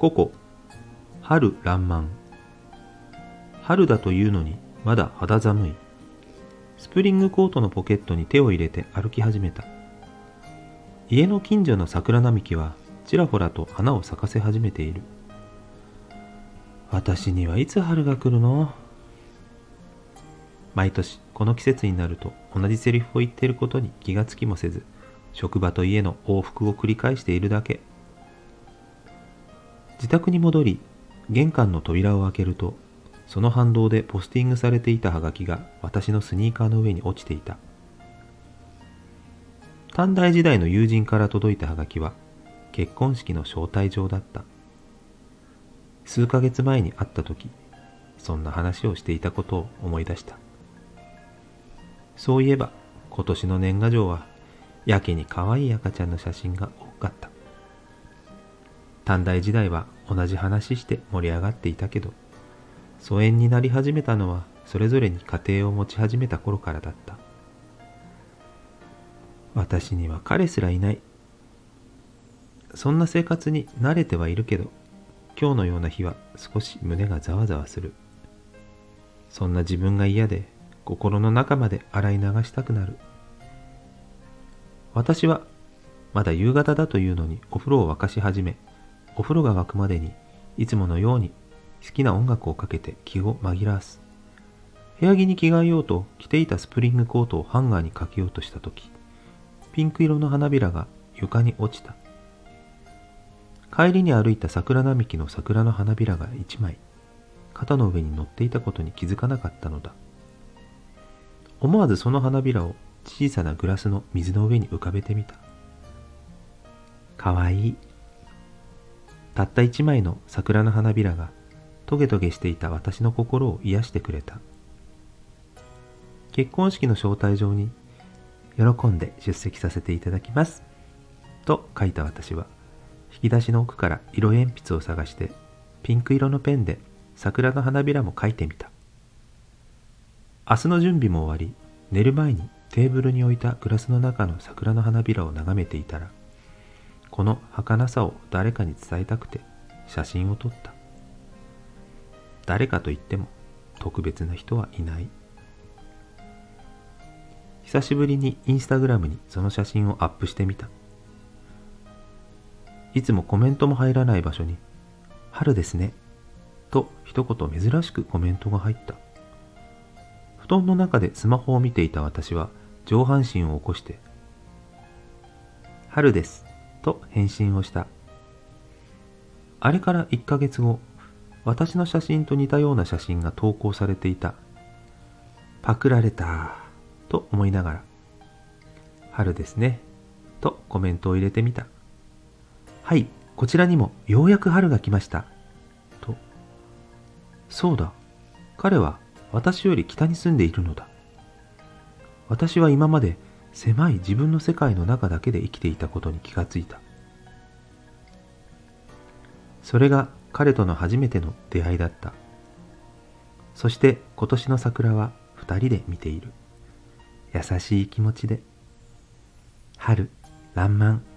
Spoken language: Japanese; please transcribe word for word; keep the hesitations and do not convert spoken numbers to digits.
ココ、春爛漫。春だというのにまだ肌寒い。スプリングコートのポケットに手を入れて歩き始めた。家の近所の桜並木はちらほらと花を咲かせ始めている。私にはいつ春が来るの？毎年この季節になると同じセリフを言っていることに気がつきもせず、職場と家の往復を繰り返しているだけ。自宅に戻り、玄関の扉を開けると、その反動でポスティングされていたハガキが私のスニーカーの上に落ちていた。短大時代の友人から届いたハガキは結婚式の招待状だった。数ヶ月前に会った時、そんな話をしていたことを思い出した。そういえば今年の年賀状はやけに可愛い赤ちゃんの写真が多かった。短大時代は同じ話して盛り上がっていたけど、疎遠になり始めたのはそれぞれに家庭を持ち始めた頃からだった。私には彼すらいない。そんな生活に慣れてはいるけど、今日のような日は少し胸がざわざわする。そんな自分が嫌で心の中まで洗い流したくなる。私はまだ夕方だというのにお風呂を沸かし始め、お風呂が沸くまでにいつものように好きな音楽をかけて気を紛らわす。部屋着に着替えようと着ていたスプリングコートをハンガーにかけようとしたとき、ピンク色の花びらが床に落ちた。帰りに歩いた桜並木の桜の花びらが一枚、肩の上に乗っていたことに気づかなかったのだ。思わずその花びらを小さなグラスの水の上に浮かべてみた。かわいい。たった一枚の桜の花びらがトゲトゲしていた私の心を癒してくれた。結婚式の招待状に喜んで出席させていただきますと書いた私は、引き出しの奥から色鉛筆を探してピンク色のペンで桜の花びらも描いてみた。明日の準備も終わり、寝る前にテーブルに置いたグラスの中の桜の花びらを眺めていたら、この儚さを誰かに伝えたくて写真を撮った。誰かといっても特別な人はいない。久しぶりにインスタグラムにその写真をアップしてみた。いつもコメントも入らない場所に、春ですね、と一言珍しくコメントが入った。布団の中でスマホを見ていた私は上半身を起こして、春です、と返信をした。あれからいっかげつご、私の写真と似たような写真が投稿されていた。パクられたと思いながら、春ですねとコメントを入れてみた。はい、こちらにもようやく春が来ましたと。そうだ、彼は私より北に住んでいるのだ。私は今まで狭い自分の世界の中だけで生きていたことに気がついた。それが彼との初めての出会いだった。そして今年の桜は二人で見ている。優しい気持ちで。春爛漫。